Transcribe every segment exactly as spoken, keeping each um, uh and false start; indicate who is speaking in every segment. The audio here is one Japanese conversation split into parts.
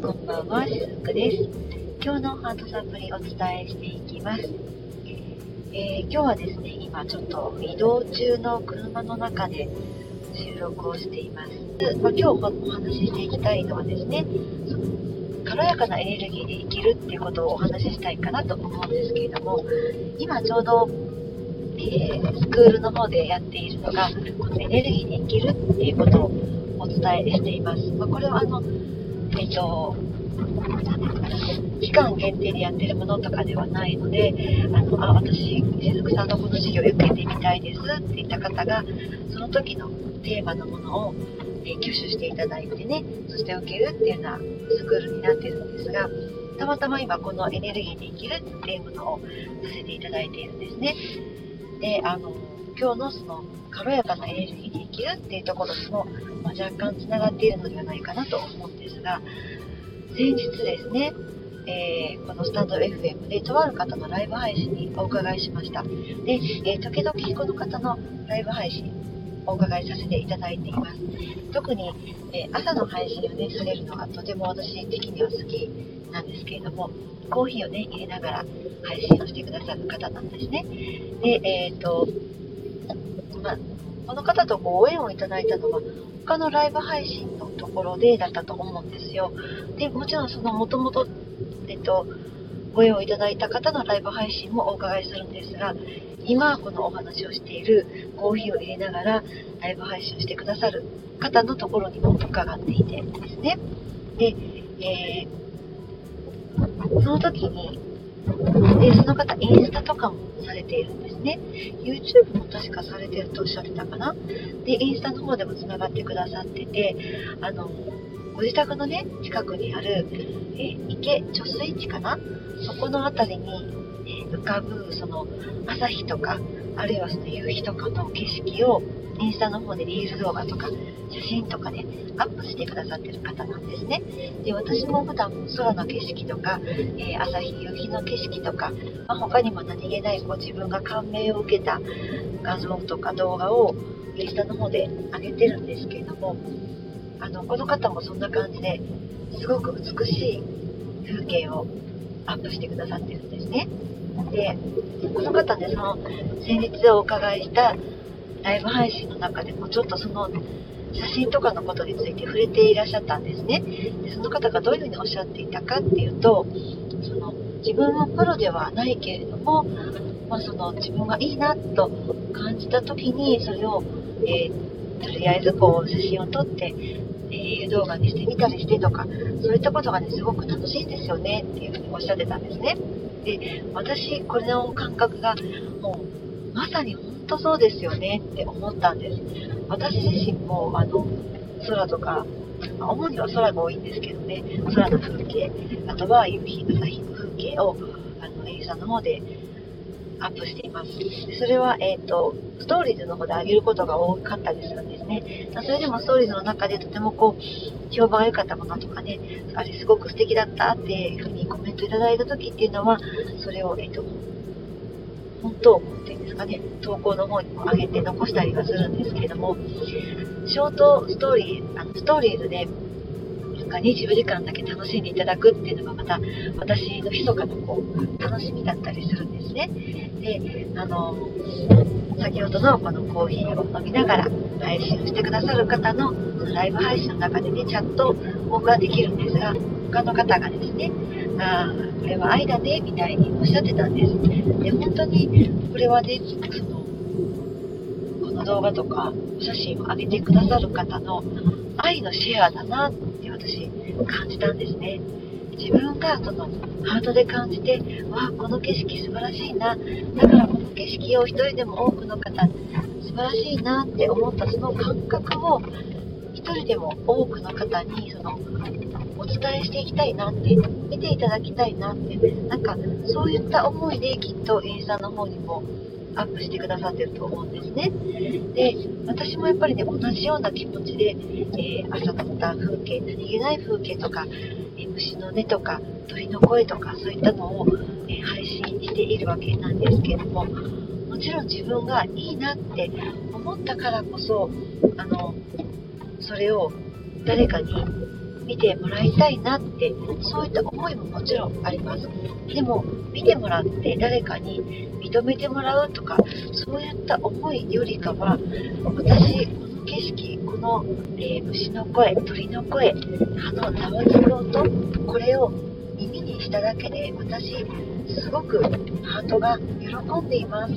Speaker 1: こんばんは、しずくです。今日のハートサプリお伝えしていきます。えー、今日はですね、今ちょっと移動中の車の中で収録をしています。まあ、今日お話ししていきたいのはですね、その軽やかなエネルギーで生きるっていうことをお話ししたいかなと思うんですけれども、今ちょうど、えー、スクールの方でやっているのが、このエネルギーで生きるっていうことをお伝えしています。まあ、これはあのえっと、期間限定でやってるものとかではないので、あのあ私、しずくさんのこの授業を受けてみたいですって言った方が、その時のテーマのものを、えー、挙手していただいてね、そして受けるっていうようなスクールになっているんですが、たまたま今このエネルギーで生きるっていうものをさせていただいているんですね。で、あの今日のその軽やかなエネルギーで生きるっていうところにも、まあ、若干つながっているのではないかなと思うんですが、先日ですね、えー、このスタンド エフエム でとある方のライブ配信にお伺いしました。で、えー、時々この方のライブ配信お伺いさせていただいています。特に、えー、朝の配信をねされるのがとても私的には好きなんですけれども、コーヒーをね入れながら配信をしてくださる方なんですね。で、えーとまあ、この方とご縁をいただいたのは他のライブ配信のところでだったと思うんですよ。で、もちろんそのもともとえっとご縁をいただいた方のライブ配信もお伺いするんですが、今このお話をしているコーヒーを入れながらライブ配信をしてくださる方のところにも伺っていてですね。で、えー、その時にでその方インスタとかもされているんですね。 YouTube も確かされてるとおっしゃってたかな。でインスタの方でもつながってくださってて、あのご自宅のね近くにある、えー、池貯水池かな、そこの辺りに、えー、浮かぶその朝日とかあるいはその夕日とかの景色をインスタの方でリール動画とか写真とかねアップしてくださってる方なんですね。で私も普段空の景色とか、えー、朝日夕日の景色とか、まあ、他にも何気ないこう自分が感銘を受けた画像とか動画をインスタの方で上げてるんですけれども、あのこの方もそんな感じですごく美しい風景をアップしてくださってるんですね。でこの方ね、その先日お伺いしたライブ配信の中でもちょっとその写真とかのことについて触れていらっしゃったんですね。でその方がどういうふうにおっしゃっていたかっていうと、その自分はプロではないけれども、まあ、その自分がいいなと感じた時にそれを、えー、とりあえずこう写真を撮って、えー、動画にしてみたりしてとか、そういったことがねすごく楽しいんですよねっていうふうにおっしゃってたんですね。で私これの感覚がもうまさに本当そうですよねって思ったんです。私自身もあの空とか、まあ、主には空が多いんですけどね、空の風景、あとは夕日朝日の風景をあのインスタの方でアップしています。でそれは、えーと、ストーリーズの方で上げることが多かったりするんですね。それでもストーリーズの中でとてもこう評判が良かったものとかね、あれすごく素敵だったっていうふうにコメントいただいた時っていうのは、それを、えーと、本当っていうんですかね、投稿の方にも上げて残したりはするんですけれども、ショートストーリー、あのストーリーズでにじゅうよじかんだけ楽しんでいただくっていうのがまた私の密かなこう楽しみだったりするんですね。で、あの先ほどのこのコーヒーを飲みながら配信をしてくださる方のライブ配信の中でねチャットができるんですが、他の方がですね、あこれは愛だねみたいにおっしゃってたんです。で本当にこれはね、そのこの動画とかお写真を上げてくださる方の愛のシェアだなって私感じたんですね。自分がそのハートで感じて、わあこの景色素晴らしいな、だからこの景色を一人でも多くの方素晴らしいなって思ったその感覚を一人でも多くの方にそのお伝えしていきたいなって、見ていただきたいなって、なんかそういった思いできっとインスタの方にもアップしてくださってると思うんですね。で、私もやっぱりね同じような気持ちで、えー、朝撮った風景、何気ない風景とか、えー、虫の音とか鳥の声とかそういったのを、えー、配信しているわけなんですけれども、もちろん自分がいいなって思ったからこそあのそれを誰かに見てもらいたいなって、そういった思いももちろんあります。でも見てもらって誰かに認めてもらうとか、そういった思いよりかは、私この景色、この、えー、虫の声、鳥の声、葉の縄つく音、これを耳にしただけで私すごくハートが喜んでいますって、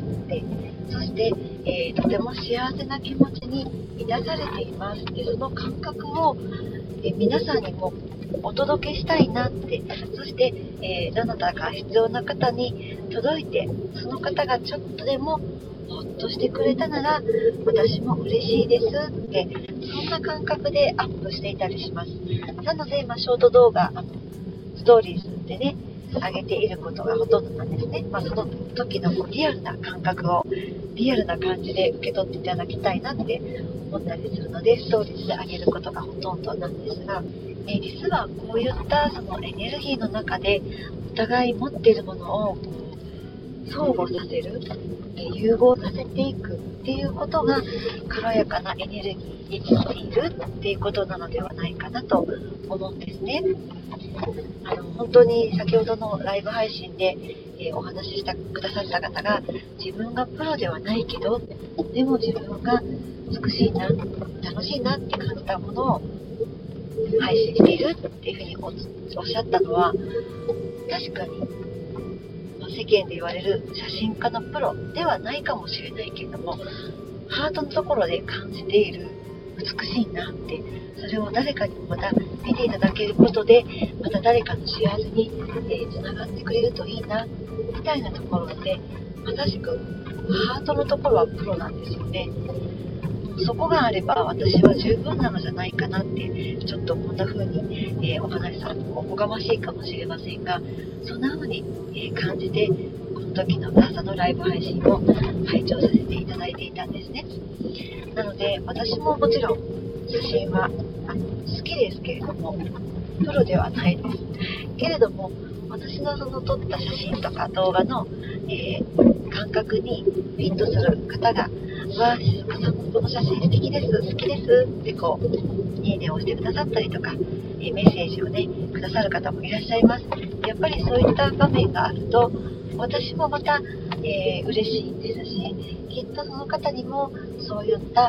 Speaker 1: そして、えー、とても幸せな気持ちに満たされていますって、その感覚を、えー、皆さんにもお届けしたいなって、そして、えー、どなたか必要な方に届いて、その方がちょっとでもほっとしてくれたなら私も嬉しいですって、そんな感覚でアップしていたりします。なので、まあ、ショート動画、あのストーリーズでね上げていることがほとんどなんですね。まあ、その時のリアルな感覚をリアルな感じで受け取っていただきたいなって思ったりするので、ストーリーズで上げることがほとんどなんですが、え実はこういったそのエネルギーの中でお互い持っているものを相互させる、融合させていくっていうことが軽やかなエネルギーになっているっていうことなのではないかなと思うんですね。あの本当に先ほどのライブ配信で、えー、お話ししてくださった方が、自分がプロではないけどでも自分が美しいな、楽しいなって感じたものを配信しているっていうふうに お, おっしゃったのは確かに世間で言われる写真家のプロではないかもしれないけれども、ハートのところで感じている美しいなって、それを誰かにもまた見ていただけることで、また誰かの幸せにつながってくれるといいなみたいなところで、まさしくハートのところはプロなんですよね。そこがあれば私は十分なのじゃないかなって、ちょっとこんな風に、えー、お話しするのもおこがましいかもしれませんが、そんな風に、えー、感じてこの時の朝のライブ配信を拝聴させていただいていたんですね。なので私ももちろん写真はあの好きですけれども、プロではないですけれども、私のその撮った写真とか動画の、えー、感覚にフィットする方が、わー、しずかさんこの写真素敵です、好きですってこういいねを押してくださったりとか、えー、メッセージをねくださる方もいらっしゃいます。やっぱりそういった場面があると私もまた、えー、嬉しいですし、きっとその方にもそういった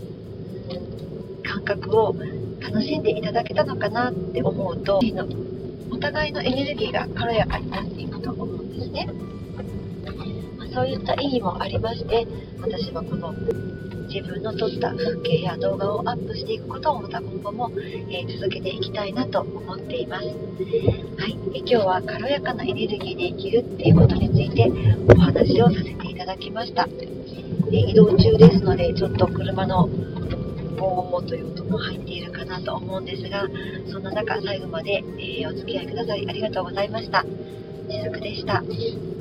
Speaker 1: 感覚を楽しんでいただけたのかなって思うと、お互いのエネルギーが軽やかになっていくと思うんですね。そういった意義もありまして、私はこの自分の撮った風景や動画をアップしていくことをまた今後も、えー、続けていきたいなと思っています。はい、え今日は軽やかなエネルギーで生きるっていうことについてお話をさせていただきました。え移動中ですのでちょっと車のボーという音も入っているかなと思うんですが、そんな中最後まで、えー、お付き合いくださりありがとうございました。しずくでした。